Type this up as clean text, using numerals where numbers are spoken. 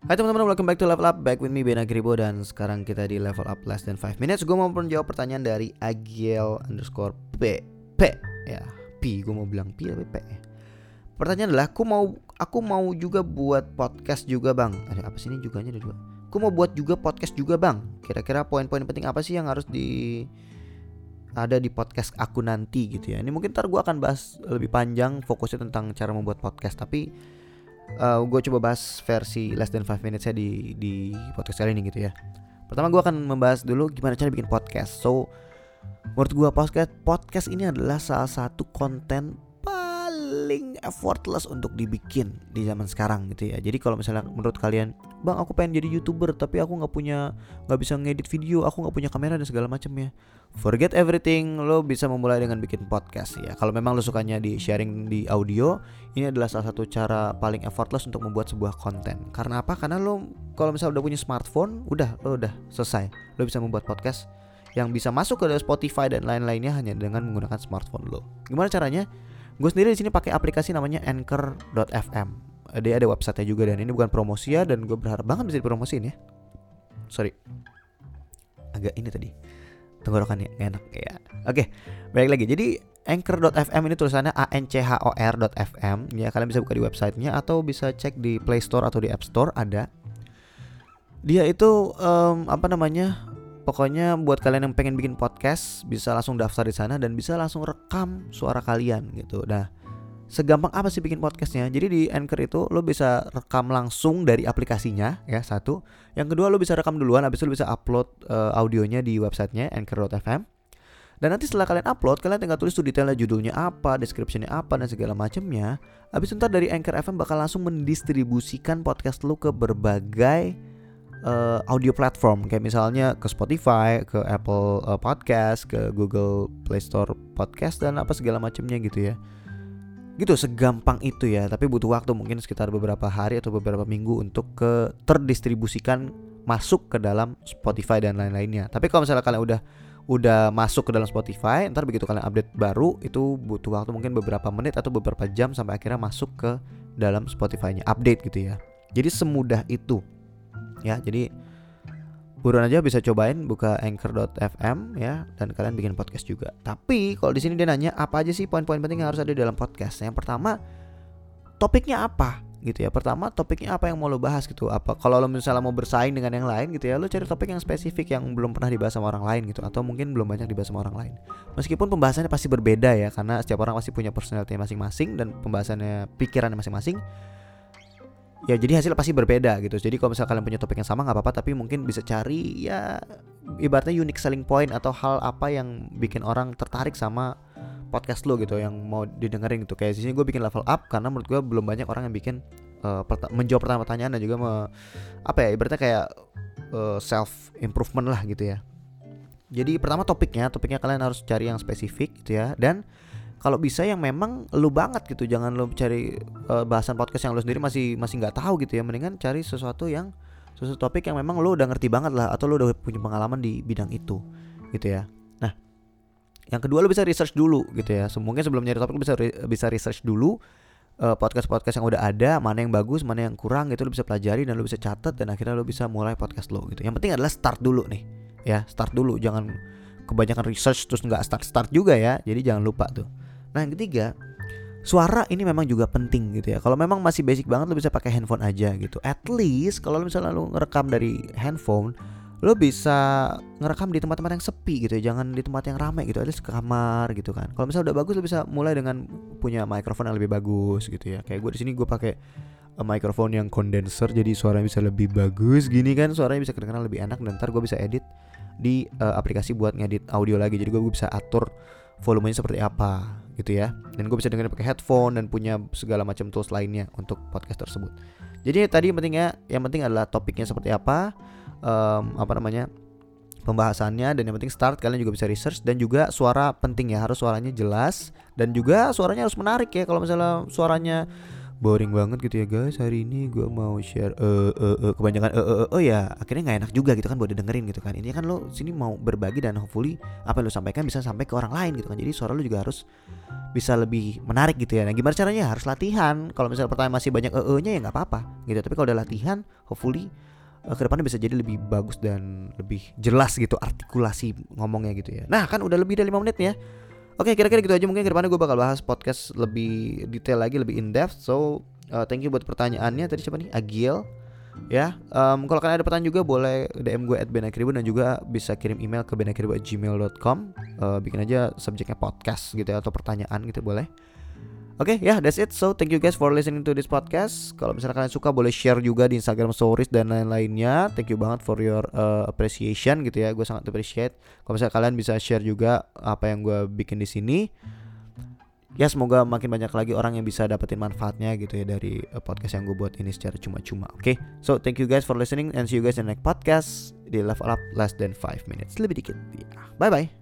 Hai teman-teman, welcome back to Level Up. Back with me Ben Agribo. Dan sekarang kita di Level Up less than 5 minutes. Gue mau menjawab pertanyaan dari Agiel_P ya, P, gue mau bilang P tapi P. Pertanyaan adalah, aku mau juga buat podcast juga bang. Ada apa sih ini juganya ada dua. Aku mau buat juga podcast juga bang. Kira-kira poin-poin penting apa sih yang harus ada di podcast aku nanti gitu ya. Ini mungkin ntar gue akan bahas lebih panjang, fokusnya tentang cara membuat podcast. Tapi gue coba bahas versi less than 5 minutes ya di podcast kali ini gitu ya. Pertama gue akan membahas dulu gimana cara bikin podcast. So menurut gue podcast ini adalah salah satu konten paling effortless untuk dibikin di zaman sekarang gitu ya. Jadi kalau misalnya menurut kalian, bang aku pengen jadi YouTuber tapi aku nggak bisa ngedit video, aku nggak punya kamera dan segala macamnya, forget everything, lo bisa memulai dengan bikin podcast ya. Kalau memang lo sukanya di sharing di audio, ini adalah salah satu cara paling effortless untuk membuat sebuah konten. Karena apa? Karena lo kalau misalnya udah punya smartphone, lo udah selesai. Lo bisa membuat podcast yang bisa masuk ke Spotify dan lain-lainnya hanya dengan menggunakan smartphone lo. Gimana caranya? Gue sendiri di sini pakai aplikasi namanya Anchor.fm. Dia ada websitenya juga dan ini bukan promosi ya, dan gue berharap banget bisa dipromosiin ya. Sorry, agak ini tadi tenggorokannya gak enak ya. Oke, balik lagi. Jadi Anchor.fm ini tulisannya ANCHOR.fm ya. Kalian bisa buka di websitenya atau bisa cek di Play Store atau di App Store ada. Dia itu pokoknya buat kalian yang pengen bikin podcast bisa langsung daftar di sana dan bisa langsung rekam suara kalian gitu. Nah, segampang apa sih bikin podcastnya? Jadi di Anchor itu lo bisa rekam langsung dari aplikasinya ya, satu. Yang kedua lo bisa rekam duluan, habis itu lo bisa upload audionya di websitenya Anchor.fm. Dan nanti setelah kalian upload, kalian tinggal tulis tuh detailnya, judulnya apa, descriptionnya apa dan segala macamnya. Habis itu ntar dari Anchor FM bakal langsung mendistribusikan podcast lo ke berbagai audio platform, kayak misalnya ke Spotify, ke Apple Podcast, ke Google Play Store Podcast dan apa segala macamnya gitu ya. Gitu, segampang itu ya. Tapi butuh waktu mungkin sekitar beberapa hari atau beberapa minggu untuk terdistribusikan masuk ke dalam Spotify dan lain-lainnya. Tapi kalau misalnya kalian udah masuk ke dalam Spotify, ntar begitu kalian update baru itu butuh waktu mungkin beberapa menit atau beberapa jam sampai akhirnya masuk ke dalam Spotify-nya, update gitu ya. Jadi semudah itu. Ya, jadi buruan aja bisa cobain buka Anchor.fm ya, dan kalian bikin podcast juga. Tapi kalau di sini dia nanya apa aja sih poin-poin penting yang harus ada di dalam podcast. Yang pertama, topiknya apa gitu ya. Pertama, topiknya apa yang mau lo bahas gitu. Apa kalau lo misalnya mau bersaing dengan yang lain gitu ya, lo cari topik yang spesifik yang belum pernah dibahas sama orang lain gitu, atau mungkin belum banyak dibahas sama orang lain. Meskipun pembahasannya pasti berbeda ya, karena setiap orang pasti punya personality masing-masing dan pembahasannya, pikirannya masing-masing. Ya jadi hasil pasti berbeda gitu. Jadi kalau misalnya kalian punya topik yang sama gak apa-apa, tapi mungkin bisa cari ya ibaratnya unique selling point atau hal apa yang bikin orang tertarik sama podcast lo gitu, yang mau didengerin gitu. Kayak di sini gue bikin Level Up karena menurut gue belum banyak orang yang bikin menjawab pertanyaan dan juga ibaratnya kayak self improvement lah gitu ya. Jadi pertama topiknya kalian harus cari yang spesifik gitu ya. Dan kalau bisa yang memang lu banget gitu, jangan lu cari bahasan podcast yang lu sendiri masih nggak tahu gitu ya. Mendingan cari sesuatu topik yang memang lu udah ngerti banget lah, atau lu udah punya pengalaman di bidang itu gitu ya. Nah, yang kedua lu bisa research dulu gitu ya. Mungkin sebelum nyari topik lu bisa research dulu podcast yang udah ada, mana yang bagus, mana yang kurang gitu, lu bisa pelajari dan lu bisa catat, dan akhirnya lu bisa mulai podcast lu gitu. Yang penting adalah start dulu nih ya, start dulu, jangan kebanyakan research terus nggak start juga ya. Jadi jangan lupa tuh. Nah, yang ketiga, suara ini memang juga penting gitu ya. Kalau memang masih basic banget, lo bisa pakai handphone aja gitu. At least kalau misalnya lo ngerekam dari handphone, lo bisa ngerekam di tempat-tempat yang sepi gitu ya, jangan di tempat yang ramai gitu. At least ke kamar gitu kan. Kalau misalnya udah bagus, lo bisa mulai dengan punya mikrofon yang lebih bagus gitu ya. Kayak gue di sini gue pakai mikrofon yang condenser, jadi suaranya bisa lebih bagus gini kan, suaranya bisa kedengaran lebih enak. Dan ntar gue bisa edit di aplikasi buat ngedit audio lagi. Jadi gue bisa atur volumenya seperti apa gitu ya. Dan gue bisa dengerin pakai headphone dan punya segala macam tools lainnya untuk podcast tersebut. Jadi tadi yang penting adalah topiknya seperti apa, pembahasannya, dan yang penting start. Kalian juga bisa research, dan juga suara penting ya, harus suaranya jelas dan juga suaranya harus menarik ya. Kalau misalnya suaranya boring banget gitu ya guys, hari ini gue mau share kebanyakan ya akhirnya nggak enak juga gitu kan buat didengerin gitu kan. Ini kan lo sini mau berbagi dan hopefully apa yang lo sampaikan bisa sampai ke orang lain gitu kan. Jadi suara lo juga harus bisa lebih menarik gitu ya. Nah gimana caranya? Harus latihan. Kalau misalnya pertanyaan masih banyak nya ya nggak apa-apa gitu. Tapi kalau udah latihan hopefully kedepannya bisa jadi lebih bagus dan lebih jelas gitu artikulasi ngomongnya gitu ya. Nah kan udah lebih dari 5 menit ya. Oke, kira-kira gitu aja. Mungkin kedepannya gue bakal bahas podcast lebih detail lagi, lebih in depth. So thank you buat pertanyaannya. Tadi siapa nih? Agiel. Ya, kalau kalian ada pertanyaan juga boleh DM gue @benakribu dan juga bisa kirim email ke benakribu@gmail.com. Bikin aja subjeknya podcast gitu ya, atau pertanyaan gitu boleh. Oke, ya, that's it. So thank you guys for listening to this podcast. Kalau misalnya kalian suka boleh share juga di Instagram Stories dan lain-lainnya. Thank you banget for your appreciation gitu ya. Gue sangat appreciate. Kalau misalnya kalian bisa share juga apa yang gue bikin di sini. Ya semoga makin banyak lagi orang yang bisa dapetin manfaatnya gitu ya dari podcast yang gue buat ini secara cuma-cuma. Oke, so thank you guys for listening and see you guys in the next podcast di Level Up Less Than 5 Minutes. Lebih dikit. Ya. Bye bye.